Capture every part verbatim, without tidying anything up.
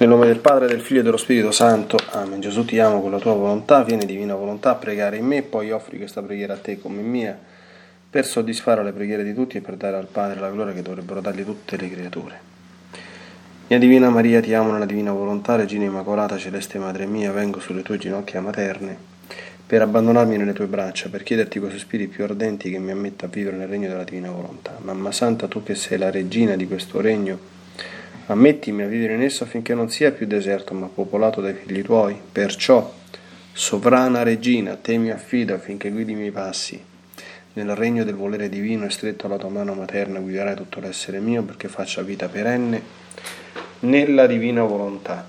Nel nome del Padre, del Figlio e dello Spirito Santo. Amen. Gesù, ti amo con la tua volontà, vieni divina volontà a pregare in me, poi offri questa preghiera a te come mia, per soddisfare le preghiere di tutti e per dare al Padre la gloria che dovrebbero dargli tutte le creature. Mia Divina Maria, ti amo nella divina volontà, Regina Immacolata, Celeste Madre mia, vengo sulle tue ginocchia materne per abbandonarmi nelle tue braccia, per chiederti coi sospiri più ardenti che mi ammetta a vivere nel regno della divina volontà. Mamma Santa, tu che sei la regina di questo regno, ammettimi a vivere in esso affinché non sia più deserto ma popolato dai figli tuoi. Perciò, sovrana regina, a te mi affido affinché guidi i miei passi. Nel regno del volere divino e stretto alla tua mano materna guiderai tutto l'essere mio perché faccia vita perenne nella divina volontà.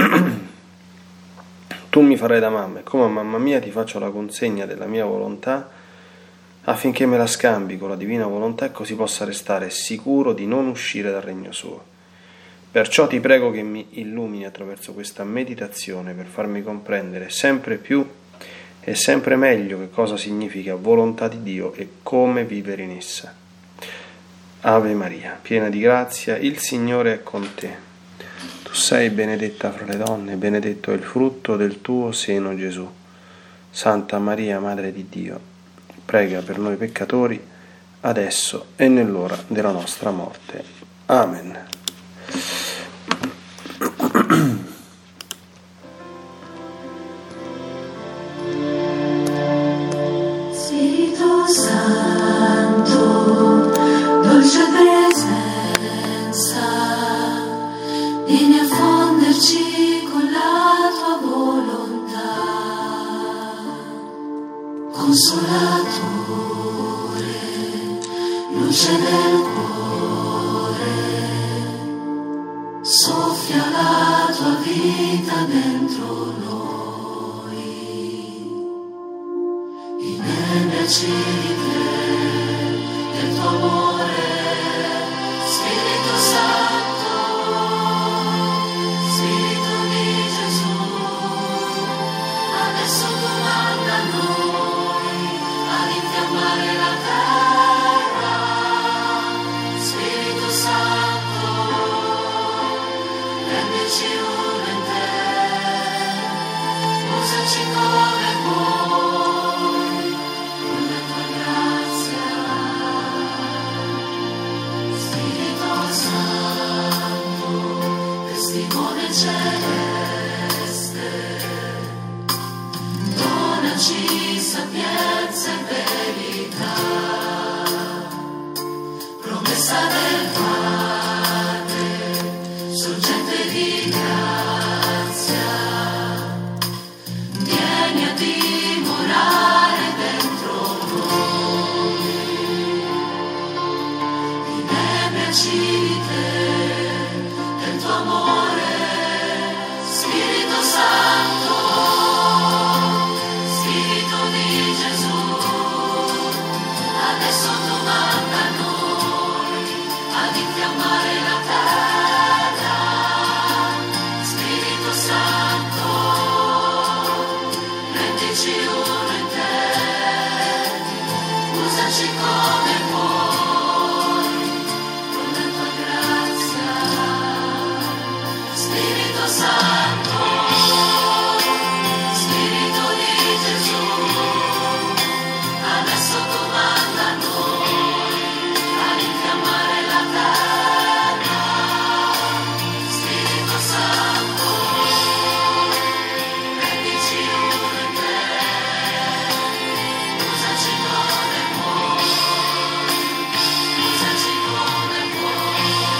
Tu mi farai da mamma e come a mamma mia ti faccio la consegna della mia volontà affinché me la scambi con la divina volontà e così possa restare sicuro di non uscire dal regno suo. Perciò ti prego che mi illumini attraverso questa meditazione per farmi comprendere sempre più e sempre meglio che cosa significa volontà di Dio e come vivere in essa. Ave Maria, piena di grazia, il Signore è con te. Tu sei benedetta fra le donne, benedetto è il frutto del tuo seno Gesù. Santa Maria, Madre di Dio, prega per noi peccatori, adesso e nell'ora della nostra morte. Amen. Spirito Santo, dolce presenza, vieni a fonderci con la tua volontà. Consolatore, luce del cuore, soffia la tua vita dentro noi, innenaci di te, del tuo amore, Spirito Santo, Spirito di Gesù, adesso domanda a noi ad infiammare la terra, Spirito Santo, rendici uno in te, usaci come vuoi, con la tua grazia. Spirito Santo, testimone celeste, donaci sapienza e verità, promessa del Padre, sorgente di grazia, vieni a dimorare dentro noi, innenaci di te, del tuo amore, Spirito Santo, Spirito di Gesù, adesso domanda a noi ad infiammare la terra, Spirito Santo, rendici uno in te, usaci come vuoi, con la tua grazia. Spirito Santo, Spirito di Gesù, adesso domanda a noi ad infiammare la terra, Spirito Santo, rendici uno in te, usaci come vuoi, usaci come vuoi.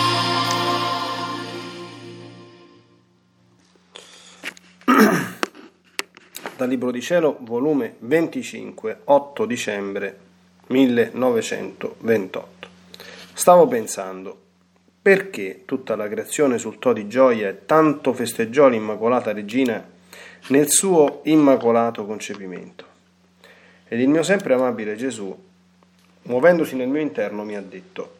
Dal Libro di Cielo, volume venticinque, otto dicembre millenovecentoventotto. Stavo pensando, perché tutta la creazione esultò di gioia e tanto festeggiò l'Immacolata Regina nel suo immacolato concepimento? Ed il mio sempre amabile Gesù, muovendosi nel mio interno, mi ha detto: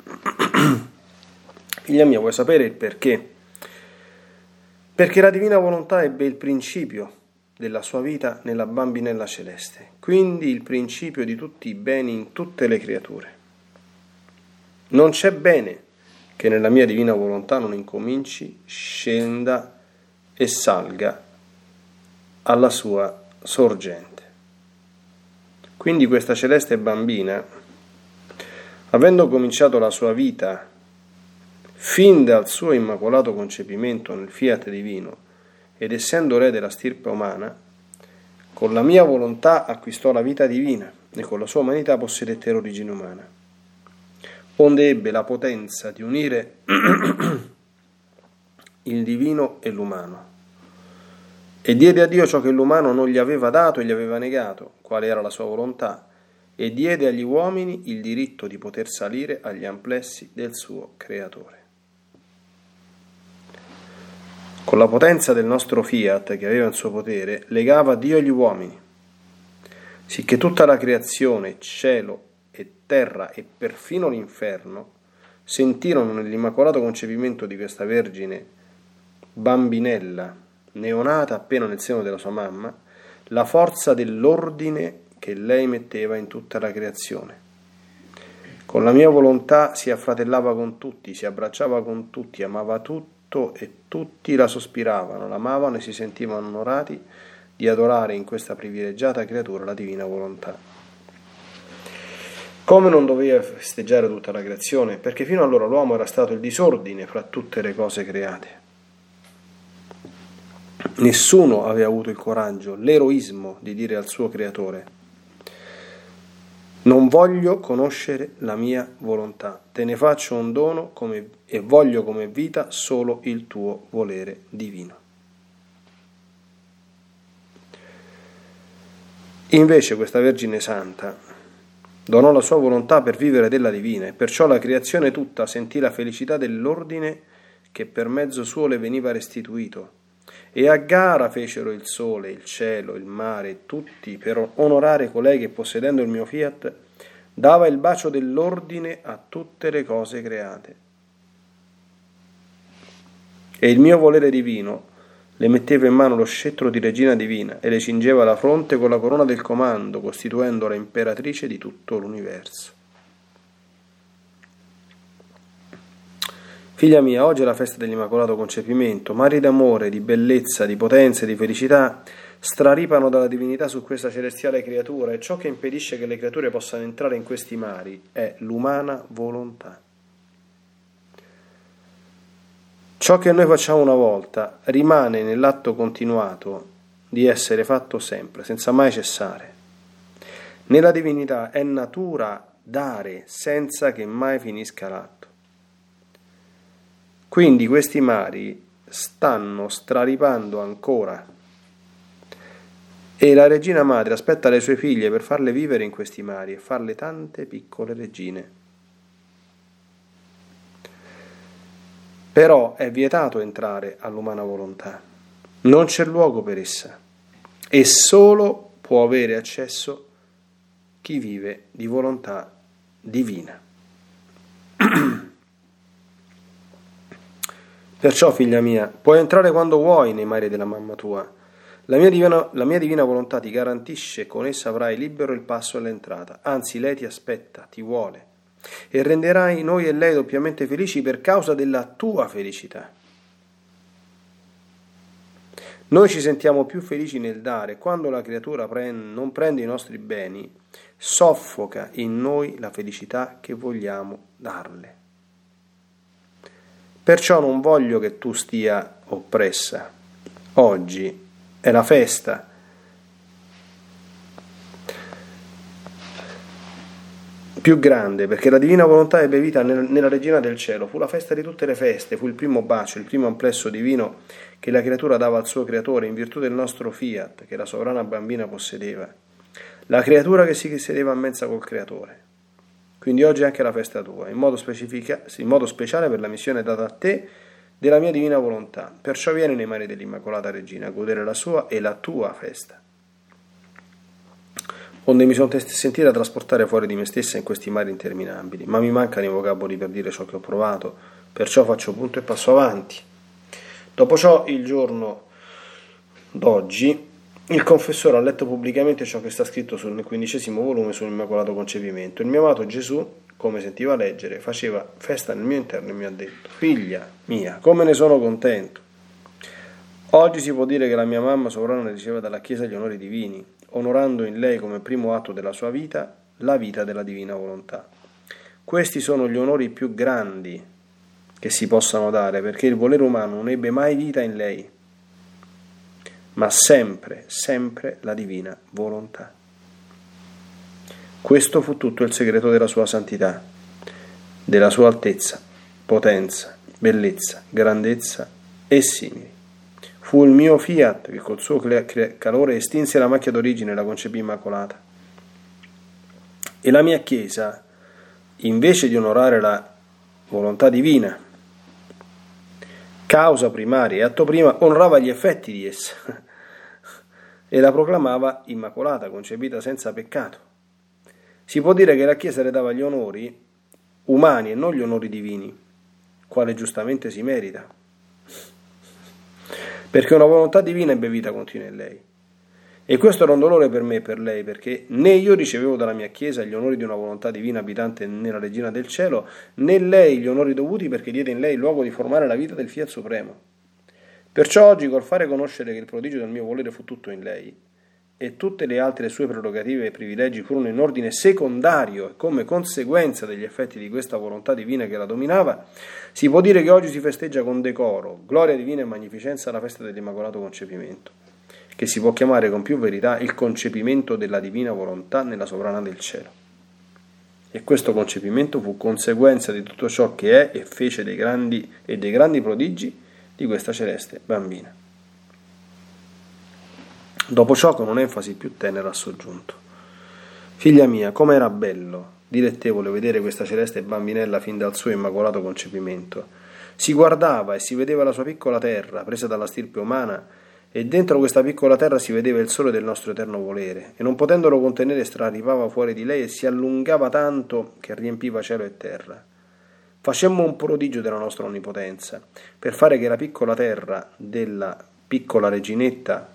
figlia mia, vuoi sapere il perché? Perché la divina volontà ebbe il principio della sua vita nella bambinella celeste, quindi il principio di tutti i beni in tutte le creature. Non c'è bene che nella mia divina volontà non incominci, scenda e salga alla sua sorgente. Quindi questa celeste bambina, avendo cominciato la sua vita fin dal suo immacolato concepimento nel fiat divino ed essendo re della stirpe umana, con la mia volontà acquistò la vita divina e con la sua umanità possedette l'origine umana, onde ebbe la potenza di unire il divino e l'umano, e diede a Dio ciò che l'umano non gli aveva dato e gli aveva negato, quale era la sua volontà, e diede agli uomini il diritto di poter salire agli amplessi del suo creatore. Con la potenza del nostro fiat che aveva in suo potere, legava Dio agli uomini, sicché tutta la creazione, cielo e terra e perfino l'inferno, sentirono nell'immacolato concepimento di questa vergine bambinella, neonata appena nel seno della sua mamma, la forza dell'ordine che lei metteva in tutta la creazione. Con la mia volontà si affratellava con tutti, si abbracciava con tutti, amava tutto e tutti la sospiravano, l'amavano e si sentivano onorati di adorare in questa privilegiata creatura la divina volontà. Come non doveva festeggiare tutta la creazione? Perché fino allora l'uomo era stato il disordine fra tutte le cose create. Nessuno aveva avuto il coraggio, l'eroismo di dire al suo creatore: non voglio conoscere la mia volontà, te ne faccio un dono come, e voglio come vita solo il tuo volere divino. Invece questa Vergine Santa donò la sua volontà per vivere della divina, e perciò la creazione tutta sentì la felicità dell'ordine che per mezzo suo le veniva restituito, e a gara fecero il sole, il cielo, il mare e tutti per onorare colei che, possedendo il mio fiat, dava il bacio dell'ordine a tutte le cose create. E il mio volere divino le metteva in mano lo scettro di regina divina e le cingeva la fronte con la corona del comando, costituendola imperatrice di tutto l'universo. Figlia mia, oggi è la festa dell'Immacolato Concepimento, mari d'amore, di bellezza, di potenza e di felicità straripano dalla divinità su questa celestiale creatura, e ciò che impedisce che le creature possano entrare in questi mari è l'umana volontà. Ciò che noi facciamo una volta rimane nell'atto continuato di essere fatto sempre, senza mai cessare. Nella divinità è natura dare senza che mai finisca l'atto. Quindi questi mari stanno straripando ancora, e la regina madre aspetta le sue figlie per farle vivere in questi mari e farle tante piccole regine. Però è vietato entrare all'umana volontà, non c'è luogo per essa, e solo può avere accesso chi vive di volontà divina. Perciò, figlia mia, puoi entrare quando vuoi nei mari della mamma tua. La mia, divina, la mia divina volontà ti garantisce, con essa avrai libero il passo all'entrata. Anzi, lei ti aspetta, ti vuole, e renderai noi e lei doppiamente felici per causa della tua felicità. Noi ci sentiamo più felici nel dare. Quando la creatura prende, non prende i nostri beni, soffoca in noi la felicità che vogliamo darle. Perciò non voglio che tu stia oppressa. Oggi è la festa. Più grande, perché la divina volontà ebbe vita nella regina del cielo. Fu la festa di tutte le feste, fu il primo bacio, il primo amplesso divino che la creatura dava al suo creatore in virtù del nostro fiat che la sovrana bambina possedeva. La creatura che si sedeva a mensa col creatore. Quindi oggi è anche la festa tua, in modo, specifica, in modo speciale per la missione data a te della mia divina volontà. Perciò vieni nei mari dell'Immacolata Regina a godere la sua e la tua festa. Onde mi sono sentita trasportare fuori di me stessa in questi mari interminabili, ma mi mancano i vocaboli per dire ciò che ho provato, perciò faccio punto e passo avanti. Dopo ciò, il giorno d'oggi, il confessore ha letto pubblicamente ciò che sta scritto nel quindicesimo volume sull'Immacolato Concepimento. Il mio amato Gesù, come sentiva leggere, faceva festa nel mio interno e mi ha detto: figlia mia, come ne sono contento. Oggi si può dire che la mia mamma sovrana riceve dalla Chiesa gli onori divini, onorando in lei come primo atto della sua vita la vita della divina volontà. Questi sono gli onori più grandi che si possano dare, perché il volere umano non ebbe mai vita in lei, ma sempre, sempre la divina volontà. Questo fu tutto il segreto della sua santità, della sua altezza, potenza, bellezza, grandezza e simili. Fu il mio fiat che col suo calore estinse la macchia d'origine e la concepì immacolata. E la mia Chiesa, invece di onorare la volontà divina, causa primaria e atto prima, onorava gli effetti di essa e la proclamava immacolata, concepita senza peccato. Si può dire che la Chiesa le dava gli onori umani e non gli onori divini, quale giustamente si merita, perché una volontà divina ebbe vita continua in lei. E questo era un dolore per me e per lei, perché né io ricevevo dalla mia Chiesa gli onori di una volontà divina abitante nella Regina del Cielo, né lei gli onori dovuti, perché diede in lei il luogo di formare la vita del Fiat Supremo. Perciò oggi, col fare conoscere che il prodigio del mio volere fu tutto in lei, e tutte le altre sue prerogative e privilegi furono in ordine secondario e come conseguenza degli effetti di questa volontà divina che la dominava, si può dire che oggi si festeggia con decoro, gloria divina e magnificenza la festa dell'Immacolato Concepimento, che si può chiamare con più verità il concepimento della divina volontà nella sovrana del cielo. E questo concepimento fu conseguenza di tutto ciò che è e fece dei grandi e dei grandi prodigi di questa celeste bambina. Dopo ciò, con un'enfasi più tenera, ha soggiunto: figlia mia, come era bello, dilettevole vedere questa celeste bambinella fin dal suo immacolato concepimento. Si guardava e si vedeva la sua piccola terra, presa dalla stirpe umana, e dentro questa piccola terra si vedeva il sole del nostro eterno volere, e non potendolo contenere straripava fuori di lei e si allungava tanto che riempiva cielo e terra. Facemmo un prodigio della nostra onnipotenza, per fare che la piccola terra della piccola reginetta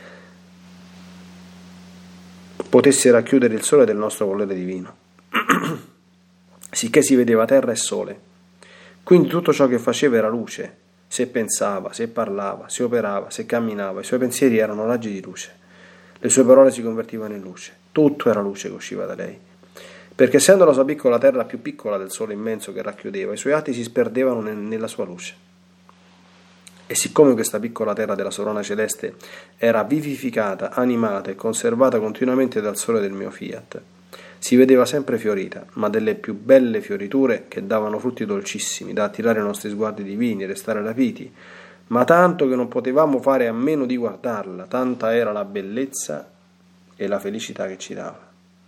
potesse racchiudere il sole del nostro volere divino, sicché si vedeva terra e sole. Quindi tutto ciò che faceva era luce. Se pensava, se parlava, se operava, se camminava, i suoi pensieri erano raggi di luce. Le sue parole si convertivano in luce. Tutto era luce che usciva da lei. Perché essendo la sua piccola terra più piccola del sole immenso che racchiudeva, i suoi atti si sperdevano nella sua luce. E siccome questa piccola terra della sovrana celeste era vivificata, animata e conservata continuamente dal sole del mio fiat, si vedeva sempre fiorita, ma delle più belle fioriture che davano frutti dolcissimi, da attirare i nostri sguardi divini e restare rapiti, ma tanto che non potevamo fare a meno di guardarla, tanta era la bellezza e la felicità che ci dava.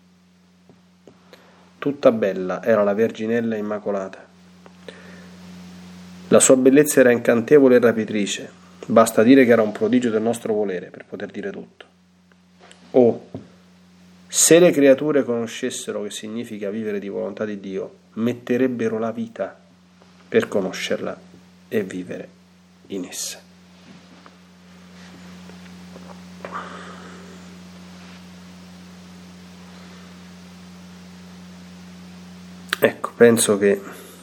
Tutta bella era la Verginella Immacolata. La sua bellezza era incantevole e rapitrice, basta dire che era un prodigio del nostro volere per poter dire tutto. Oh, se le creature conoscessero che significa vivere di volontà di Dio, metterebbero la vita per conoscerla e vivere in essa. Ecco, penso che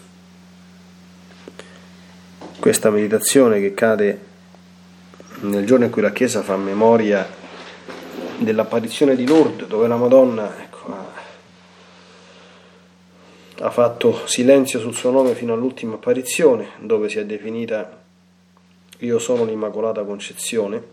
questa meditazione, che cade nel giorno in cui la Chiesa fa memoria dell'apparizione di Lourdes, dove la Madonna ecco, ha, ha fatto silenzio sul suo nome fino all'ultima apparizione, dove si è definita io sono l'Immacolata Concezione,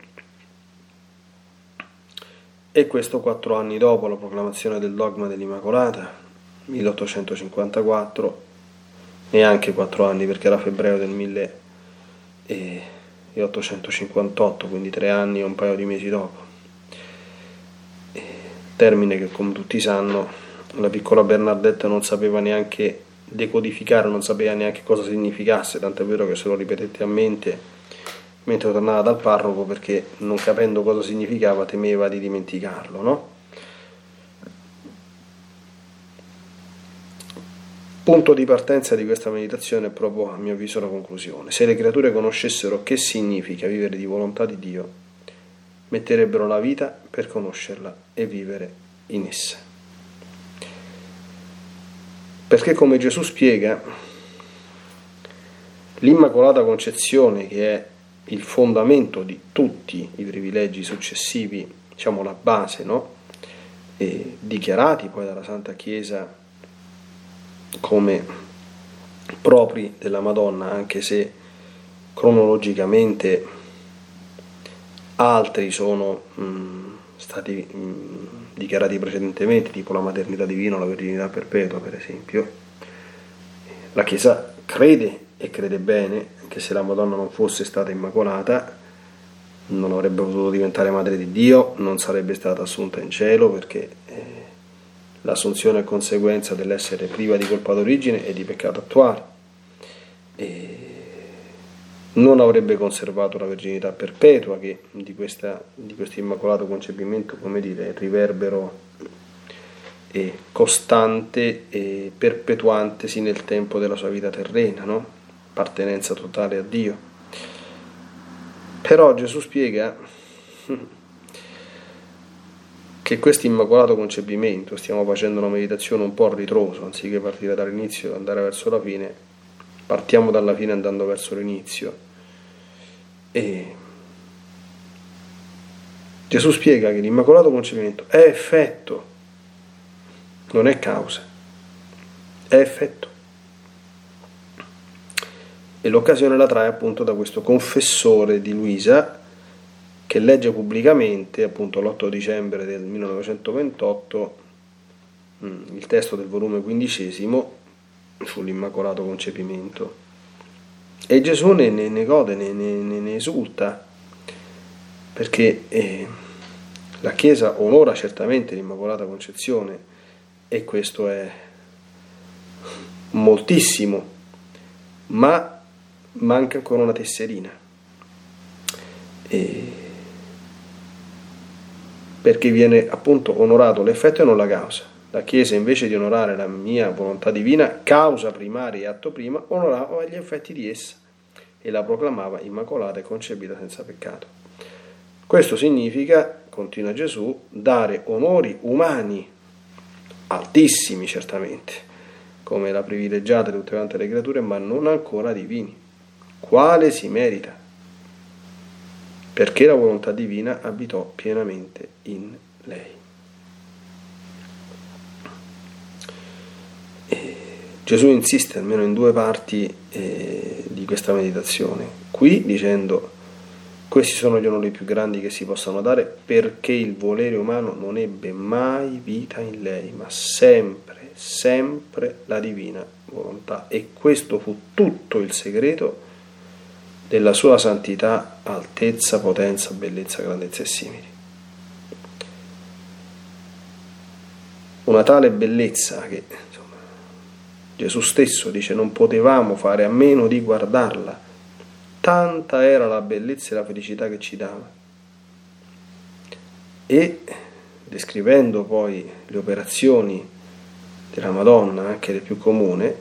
e questo quattro anni dopo la proclamazione del dogma dell'Immacolata, milleottocentocinquantaquattro, neanche quattro anni perché era febbraio del milleottocentocinquantotto, quindi tre anni e un paio di mesi dopo. Termine che, come tutti sanno, la piccola Bernardetta non sapeva neanche decodificare, non sapeva neanche cosa significasse, tant'è vero che se lo ripetette a mente mentre tornava dal parroco, perché non capendo cosa significava temeva di dimenticarlo, no? Punto di partenza di questa meditazione è proprio, a mio avviso, la conclusione. Se le creature conoscessero che significa vivere di volontà di Dio, metterebbero la vita per conoscerla e vivere in essa. Perché, come Gesù spiega, l'Immacolata Concezione, che è il fondamento di tutti i privilegi successivi, diciamo la base, no? E dichiarati poi dalla Santa Chiesa come propri della Madonna, anche se cronologicamente altri sono mh, stati mh, dichiarati precedentemente, tipo la maternità divina o la virginità perpetua, per esempio. La Chiesa crede e crede bene che se la Madonna non fosse stata immacolata non avrebbe potuto diventare madre di Dio, non sarebbe stata assunta in cielo, perché eh, l'assunzione è conseguenza dell'essere priva di colpa d'origine e di peccato attuale. E non avrebbe conservato la virginità perpetua, che di, questa, di questo immacolato concepimento, come dire, è il riverbero e costante e perpetuantesi nel tempo della sua vita terrena, no? Appartenenza totale a Dio. Però Gesù spiega che questo immacolato concepimento, stiamo facendo una meditazione un po' a ritroso, anziché partire dall'inizio e andare verso la fine, partiamo dalla fine andando verso l'inizio. E Gesù spiega che l'immacolato concepimento è effetto, non è causa, è effetto. E l'occasione la trae appunto da questo confessore di Luisa, che legge pubblicamente appunto l'otto dicembre del millenovecentoventotto il testo del volume quindicesimo sull'immacolato concepimento. E Gesù ne, ne, ne gode, ne, ne, ne esulta, perché eh, la Chiesa onora certamente l'Immacolata Concezione, e questo è moltissimo, ma manca ancora una tesserina, e perché viene appunto onorato l'effetto e non la causa. La Chiesa, invece di onorare la mia volontà divina, causa primaria e atto prima, onorava gli effetti di essa e la proclamava immacolata e concepita senza peccato. Questo significa, continua Gesù, dare onori umani altissimi certamente, come la privilegiata di tutte quante le creature, ma non ancora divini. Quale si merita? Perché la volontà divina abitò pienamente in lei. E Gesù insiste almeno in due parti eh, di questa meditazione. Qui dicendo: questi sono gli onori più grandi che si possano dare, perché il volere umano non ebbe mai vita in lei, ma sempre, sempre la divina volontà. E questo fu tutto il segreto della sua santità, altezza, potenza, bellezza, grandezza e simili. Una tale bellezza che, insomma, Gesù stesso dice non potevamo fare a meno di guardarla, tanta era la bellezza e la felicità che ci dava. E descrivendo poi le operazioni della Madonna, anche le più comuni,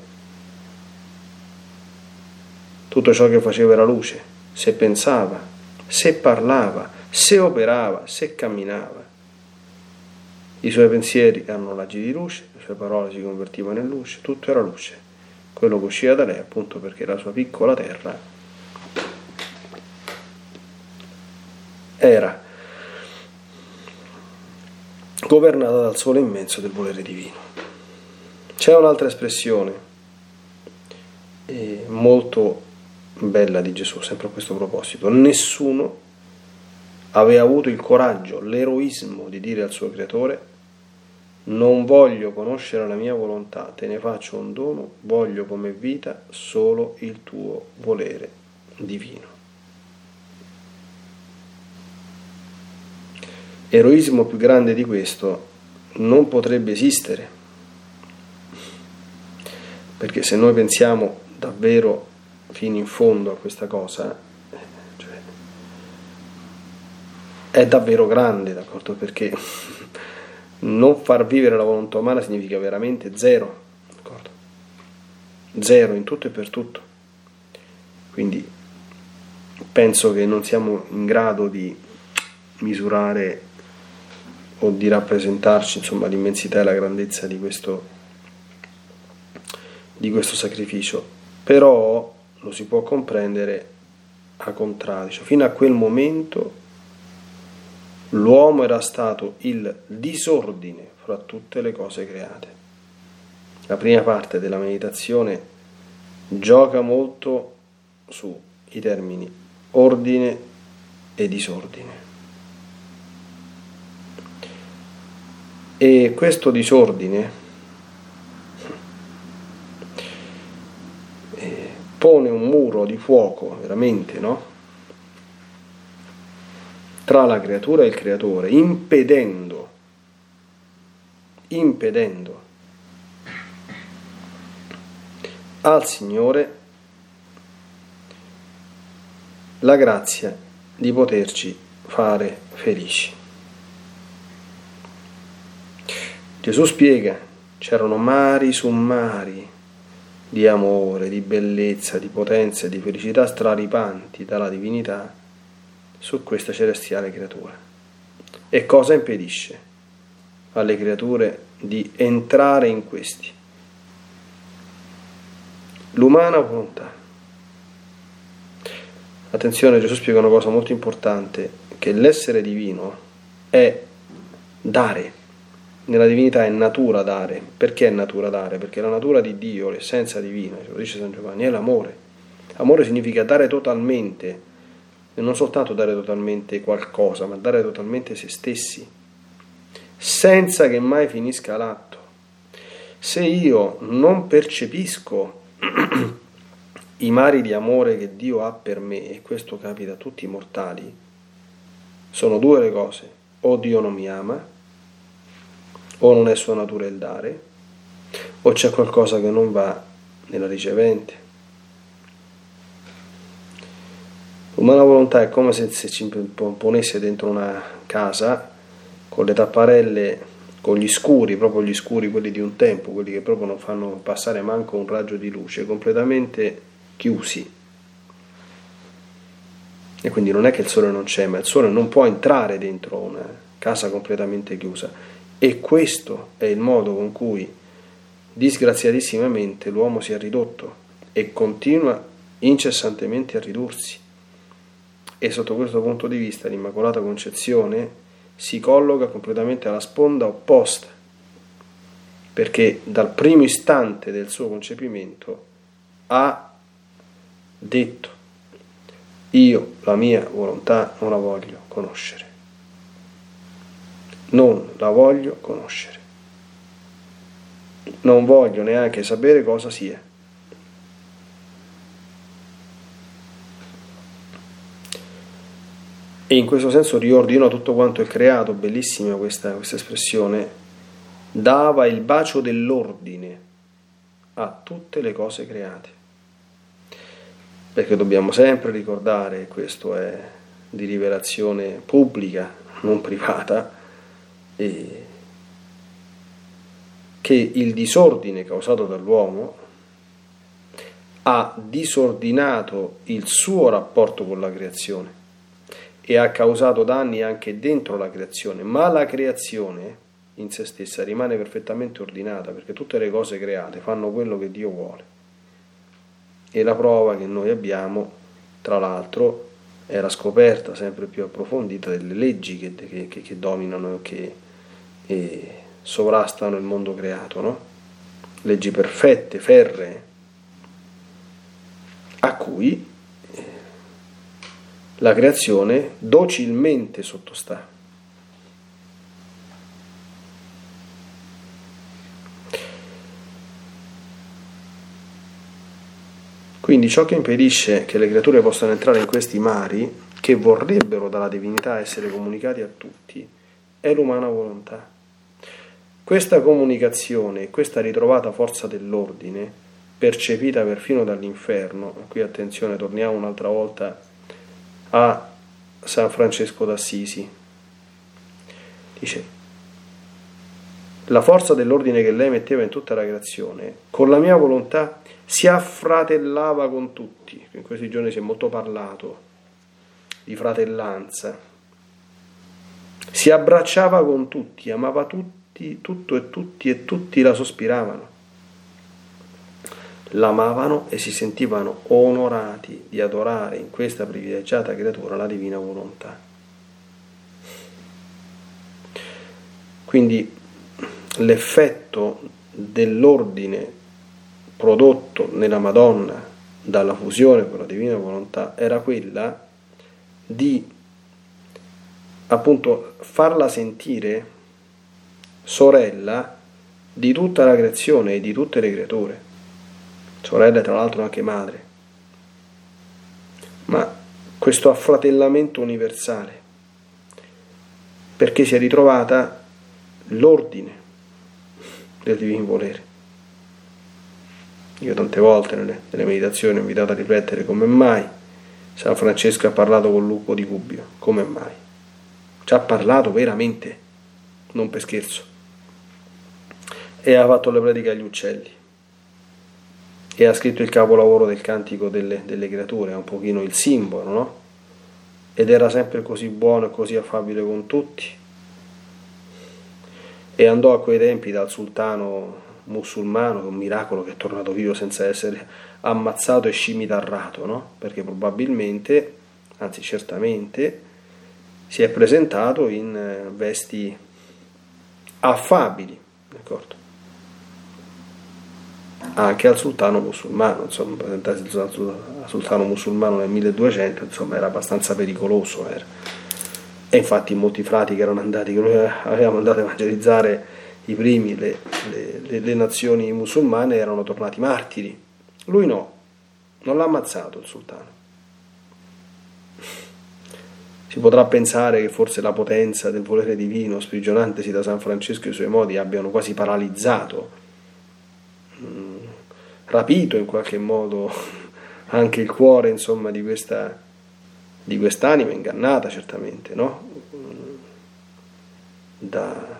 tutto ciò che faceva era luce, se pensava, se parlava, se operava, se camminava. I suoi pensieri erano raggi di luce, le sue parole si convertivano in luce, tutto era luce. Quello che usciva da lei, appunto, perché la sua piccola terra era governata dal sole immenso del volere divino. C'è un'altra espressione eh, molto bella di Gesù, sempre a questo proposito. Nessuno aveva avuto il coraggio, l'eroismo di dire al suo creatore: non voglio conoscere la mia volontà, te ne faccio un dono, voglio come vita solo il tuo volere divino. Eroismo più grande di questo non potrebbe esistere, perché se noi pensiamo davvero fino in fondo a questa cosa, cioè, è davvero grande, d'accordo? Perché non far vivere la volontà umana significa veramente zero, d'accordo? Zero in tutto e per tutto. Quindi penso che non siamo in grado di misurare o di rappresentarci, insomma, l'immensità e la grandezza di questo di questo sacrificio, però lo si può comprendere a contrario. Cioè, fino a quel momento l'uomo era stato il disordine fra tutte le cose create. La prima parte della meditazione gioca molto sui termini ordine e disordine. E questo disordine eh, pone un muro di fuoco, veramente, no? Tra la creatura e il creatore, impedendo, impedendo al Signore la grazia di poterci fare felici. Gesù spiega, c'erano mari su mari di amore, di bellezza, di potenza e di felicità straripanti dalla divinità su questa celestiale creatura. E cosa impedisce alle creature di entrare in questi? L'umana volontà. Attenzione, Gesù spiega una cosa molto importante, che l'essere divino è dare. Nella divinità è natura dare. Perché è natura dare? Perché la natura di Dio, l'essenza divina, ce lo dice San Giovanni, è l'amore. Amore significa dare totalmente, e non soltanto dare totalmente qualcosa, ma dare totalmente se stessi, senza che mai finisca l'atto. Se io non percepisco i mari di amore che Dio ha per me, e questo capita a tutti i mortali, sono due le cose: o Dio non mi ama, o non è sua natura il dare, o c'è qualcosa che non va nella ricevente. L'umana volontà è come se, se ci ponesse dentro una casa con le tapparelle, con gli scuri, proprio gli scuri, quelli di un tempo, quelli che proprio non fanno passare manco un raggio di luce, completamente chiusi. E quindi non è che il sole non c'è, ma il sole non può entrare dentro una casa completamente chiusa. E questo è il modo con cui disgraziatissimamente l'uomo si è ridotto e continua incessantemente a ridursi. E sotto questo punto di vista l'Immacolata Concezione si colloca completamente alla sponda opposta, perché dal primo istante del suo concepimento ha detto: io la mia volontà non la voglio conoscere. Non la voglio conoscere. Non voglio neanche sapere cosa sia. E in questo senso riordinò tutto quanto è creato, bellissima questa, questa espressione, dava il bacio dell'ordine a tutte le cose create. Perché dobbiamo sempre ricordare, questo è di rivelazione pubblica, non privata, e che il disordine causato dall'uomo ha disordinato il suo rapporto con la creazione e ha causato danni anche dentro la creazione, ma la creazione in se stessa rimane perfettamente ordinata, perché tutte le cose create fanno quello che Dio vuole. E la prova che noi abbiamo, tra l'altro, è la scoperta sempre più approfondita delle leggi che, che, che, che dominano, che e sovrastano il mondo creato, no? Leggi perfette, ferree, a cui la creazione docilmente sottostà. Quindi ciò che impedisce che le creature possano entrare in questi mari, che vorrebbero dalla divinità essere comunicati a tutti, è l'umana volontà. Questa comunicazione, questa ritrovata forza dell'ordine, percepita perfino dall'inferno, qui attenzione, torniamo un'altra volta a San Francesco d'Assisi, dice: la forza dell'ordine che lei metteva in tutta la creazione, con la mia volontà si affratellava con tutti. In questi giorni si è molto parlato di fratellanza, si abbracciava con tutti, amava tutti, tutto e tutti, e tutti la sospiravano. l'amavano e si sentivano onorati di adorare in questa privilegiata creatura la divina volontà. Quindi l'effetto dell'ordine prodotto nella Madonna dalla fusione con la divina volontà era quella di appunto farla sentire sorella di tutta la creazione e di tutte le creature, sorella e tra l'altro anche madre, ma questo affratellamento universale, perché si è ritrovata l'ordine del divino volere. Io tante volte nelle, nelle meditazioni ho invitato a riflettere come mai San Francesco ha parlato col lupo di Gubbio, come mai? Ci ha parlato veramente, non per scherzo, e ha fatto le prediche agli uccelli e ha scritto il capolavoro del Cantico delle, delle creature, è un pochino il simbolo, no? Ed era sempre così buono e così affabile con tutti, e andò a quei tempi dal sultano musulmano, che è un miracolo che è tornato vivo senza essere ammazzato e scimitarrato, no? Perché probabilmente, anzi certamente, si è presentato in vesti affabili, d'accordo? Anche al sultano musulmano, insomma, presentarsi al sultano musulmano nel milleduecento, insomma, era abbastanza pericoloso, era. E infatti molti frati che erano andati, che noi avevamo mandato a evangelizzare i primi, le, le, le nazioni musulmane, erano tornati martiri. Lui no, non l'ha ammazzato il sultano. Si potrà pensare che forse la potenza del volere divino, sprigionantesi da San Francesco e i suoi modi, abbiano quasi paralizzato, mh, rapito in qualche modo anche il cuore, insomma, di questa, di quest'anima ingannata, certamente, no? Da,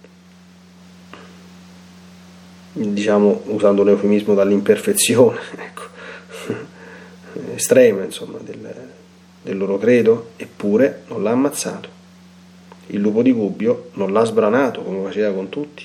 diciamo, usando un eufemismo, dall'imperfezione, ecco, estrema, insomma, del, del loro credo, eppure non l'ha ammazzato. Il lupo di Gubbio non l'ha sbranato come faceva con tutti.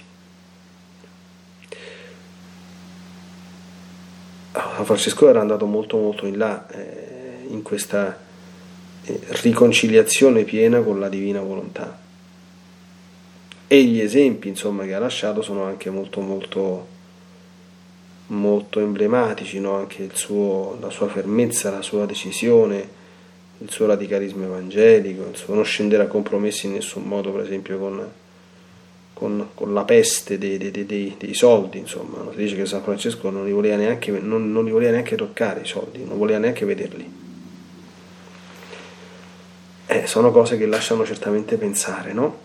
San Francesco era andato molto molto in là, eh, in questa eh, riconciliazione piena con la divina volontà. E gli esempi, insomma, che ha lasciato sono anche molto molto molto emblematici, no? Anche il suo, la sua fermezza, la sua decisione, il suo radicalismo evangelico, il suo non scendere a compromessi in nessun modo, per esempio con, con, con la peste dei, dei, dei, dei soldi, insomma. Si dice che San Francesco non li voleva neanche, non, non li voleva neanche toccare i soldi, non voleva neanche vederli. Eh, sono cose che lasciano certamente pensare, no?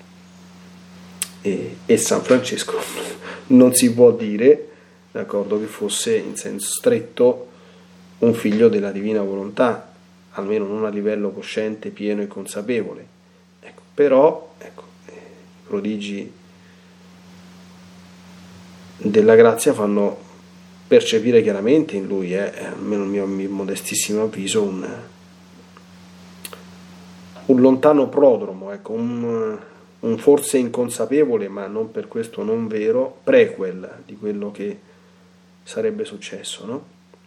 E, e San Francesco non si può dire, d'accordo, che fosse in senso stretto un figlio della divina volontà, almeno non a livello cosciente, pieno e consapevole. Ecco, però, ecco, i prodigi della grazia fanno percepire chiaramente in lui, eh, almeno il mio, mio modestissimo avviso, un, un lontano prodromo, ecco, un un forse inconsapevole, ma non per questo non vero, prequel di quello che sarebbe successo, no?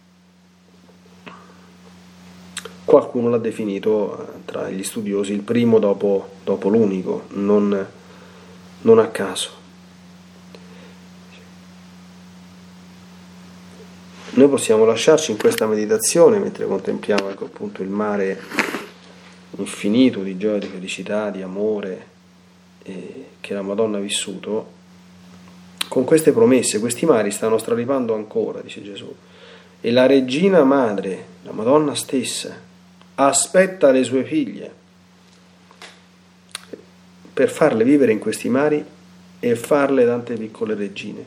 Qualcuno l'ha definito tra gli studiosi il primo dopo, dopo l'unico, non, non a caso. Noi possiamo lasciarci in questa meditazione, mentre contempliamo, ecco, appunto, il mare infinito di gioia, di felicità, di amore che la Madonna ha vissuto, con queste promesse. Questi mari stanno straripando ancora, dice Gesù, e la regina madre, la Madonna stessa, aspetta le sue figlie per farle vivere in questi mari e farle tante piccole regine.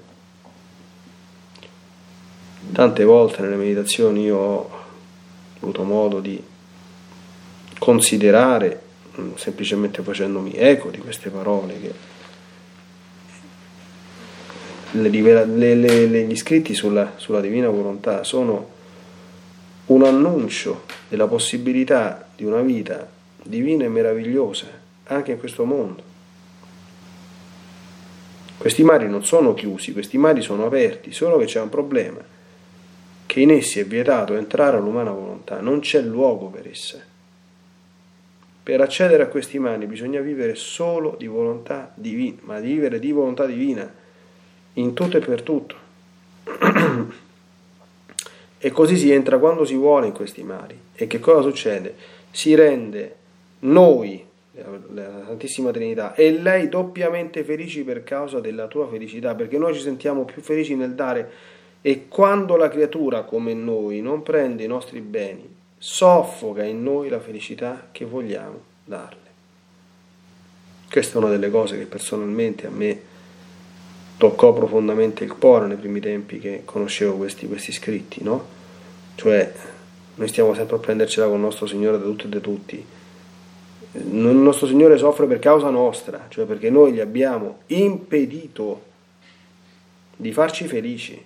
Tante volte nelle meditazioni io ho avuto modo di considerare, semplicemente facendomi eco di queste parole, che le, le, le, le, gli scritti sulla, sulla divina volontà sono un annuncio della possibilità di una vita divina e meravigliosa anche in questo mondo. Questi mari non sono chiusi, questi mari sono aperti, solo che c'è un problema, che in essi è vietato entrare all'umana volontà, non c'è luogo per esse. Per accedere a questi mani bisogna vivere solo di volontà divina, ma di vivere di volontà divina, in tutto e per tutto. E così si entra quando si vuole in questi mari. E che cosa succede? Si rende noi, la Santissima Trinità, e lei doppiamente felici per causa della tua felicità, perché noi ci sentiamo più felici nel dare. E quando la creatura, come noi, non prende i nostri beni, soffoca in noi la felicità che vogliamo darle. Questa è una delle cose che personalmente a me toccò profondamente il cuore nei primi tempi che conoscevo questi, questi scritti, no? Cioè, noi stiamo sempre a prendercela con il nostro Signore da tutti e da tutti. Il nostro Signore soffre per causa nostra, cioè perché noi gli abbiamo impedito di farci felici.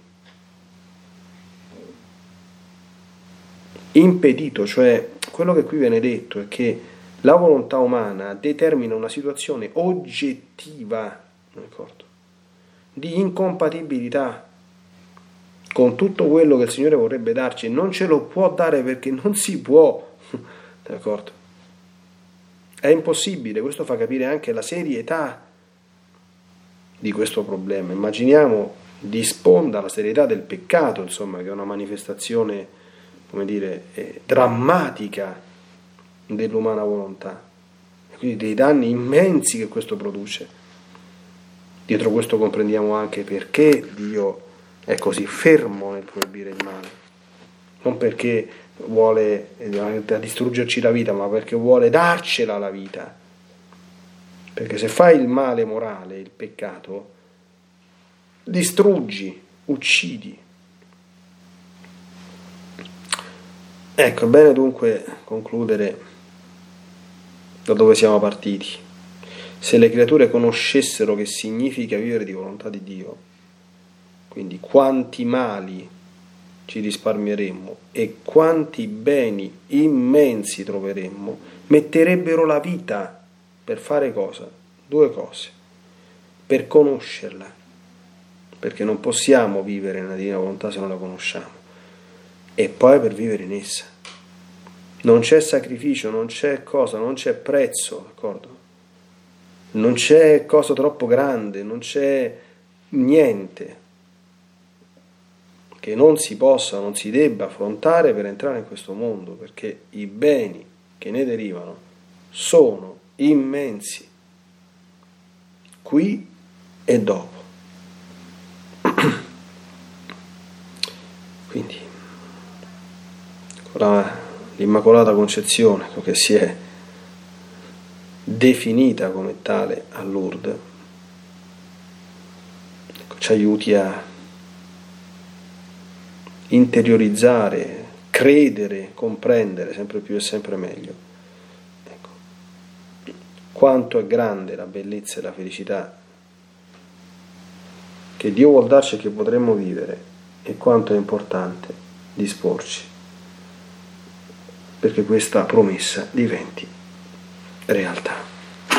Impedito, cioè quello che qui viene detto è che la volontà umana determina una situazione oggettiva, d'accordo, di incompatibilità con tutto quello che il Signore vorrebbe darci, e non ce lo può dare perché non si può, d'accordo? È impossibile. Questo fa capire anche la serietà di questo problema. Immaginiamo di sponda la serietà del peccato, insomma, che è una manifestazione, come dire, eh, drammatica dell'umana volontà, e quindi dei danni immensi che questo produce. Dietro questo comprendiamo anche perché Dio è così fermo nel proibire il male, non perché vuole eh, distruggerci la vita, ma perché vuole darcela la vita, perché se fai il male morale, il peccato, distruggi, uccidi. Ecco, è bene dunque concludere da dove siamo partiti. Se le creature conoscessero che significa vivere di volontà di Dio, quindi quanti mali ci risparmieremmo e quanti beni immensi troveremmo, metterebbero la vita per fare cosa? Due cose: per conoscerla, perché non possiamo vivere nella divina volontà se non la conosciamo, e poi per vivere in essa. Non c'è sacrificio, non c'è cosa, non c'è prezzo, d'accordo? Non c'è cosa troppo grande, non c'è niente che non si possa, non si debba affrontare per entrare in questo mondo, perché i beni che ne derivano sono immensi, qui e dopo. Quindi la, l'Immacolata Concezione, che si è definita come tale a Lourdes, ecco, ci aiuti a interiorizzare, credere, comprendere sempre più e sempre meglio, ecco, quanto è grande la bellezza e la felicità che Dio vuol darci e che potremmo vivere, e quanto è importante disporci perché questa promessa diventi realtà.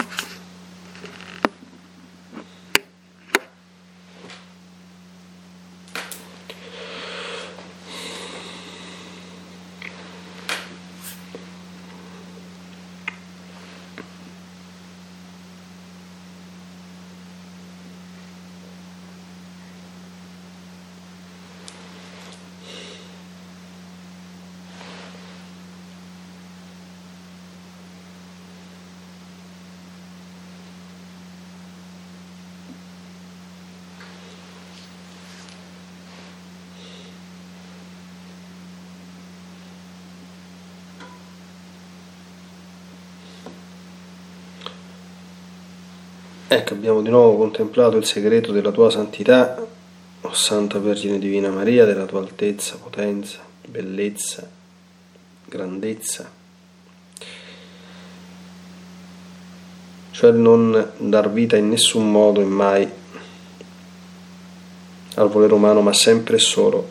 Ecco, abbiamo di nuovo contemplato il segreto della tua santità, o Santa Vergine Divina Maria, della tua altezza, potenza, bellezza, grandezza, cioè non dar vita in nessun modo e mai al volere umano, ma sempre e solo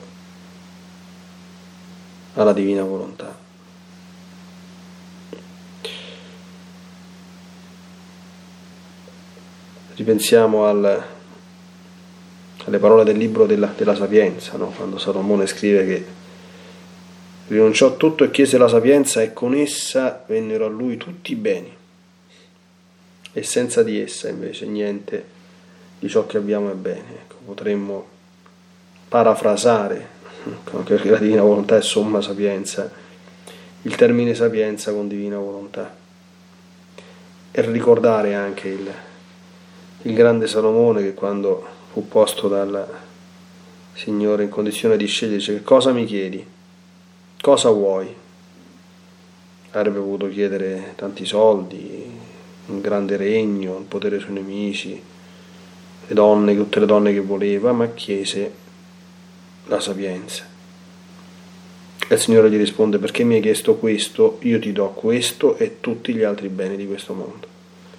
alla divina volontà. Ripensiamo al, alle parole del libro della, della Sapienza, no? Quando Salomone scrive che rinunciò a tutto e chiese la sapienza, e con essa vennero a lui tutti i beni, e senza di essa invece niente di ciò che abbiamo è bene. Ecco, potremmo parafrasare, perché la divina volontà è somma sapienza, il termine sapienza con divina volontà, e ricordare anche il, il grande Salomone, che quando fu posto dal Signore in condizione di scegliere, dice: che cosa mi chiedi? Cosa vuoi? Avrebbe potuto chiedere tanti soldi, un grande regno, un potere sui nemici, le donne, tutte le donne che voleva, ma chiese la sapienza. E il Signore gli risponde: perché mi hai chiesto questo, io ti do questo e tutti gli altri beni di questo mondo.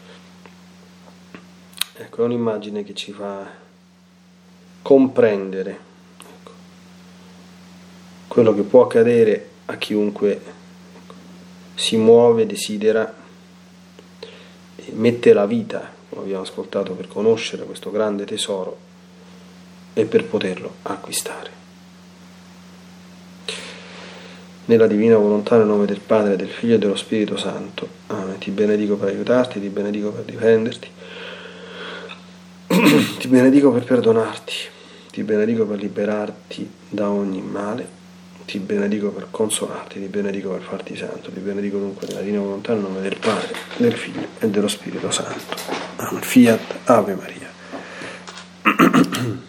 Ecco, è un'immagine che ci fa comprendere, ecco, quello che può accadere a chiunque si muove, desidera e mette la vita, come abbiamo ascoltato, per conoscere questo grande tesoro e per poterlo acquistare. Nella divina volontà, nel nome del Padre, del Figlio e dello Spirito Santo. Amen. Ti benedico per aiutarti, ti benedico per difenderti, ti benedico per perdonarti, ti benedico per liberarti da ogni male, ti benedico per consolarti, ti benedico per farti santo, ti benedico dunque nella divina volontà, nel nome del Padre, del Figlio e dello Spirito Santo. Amen. Fiat Ave Maria.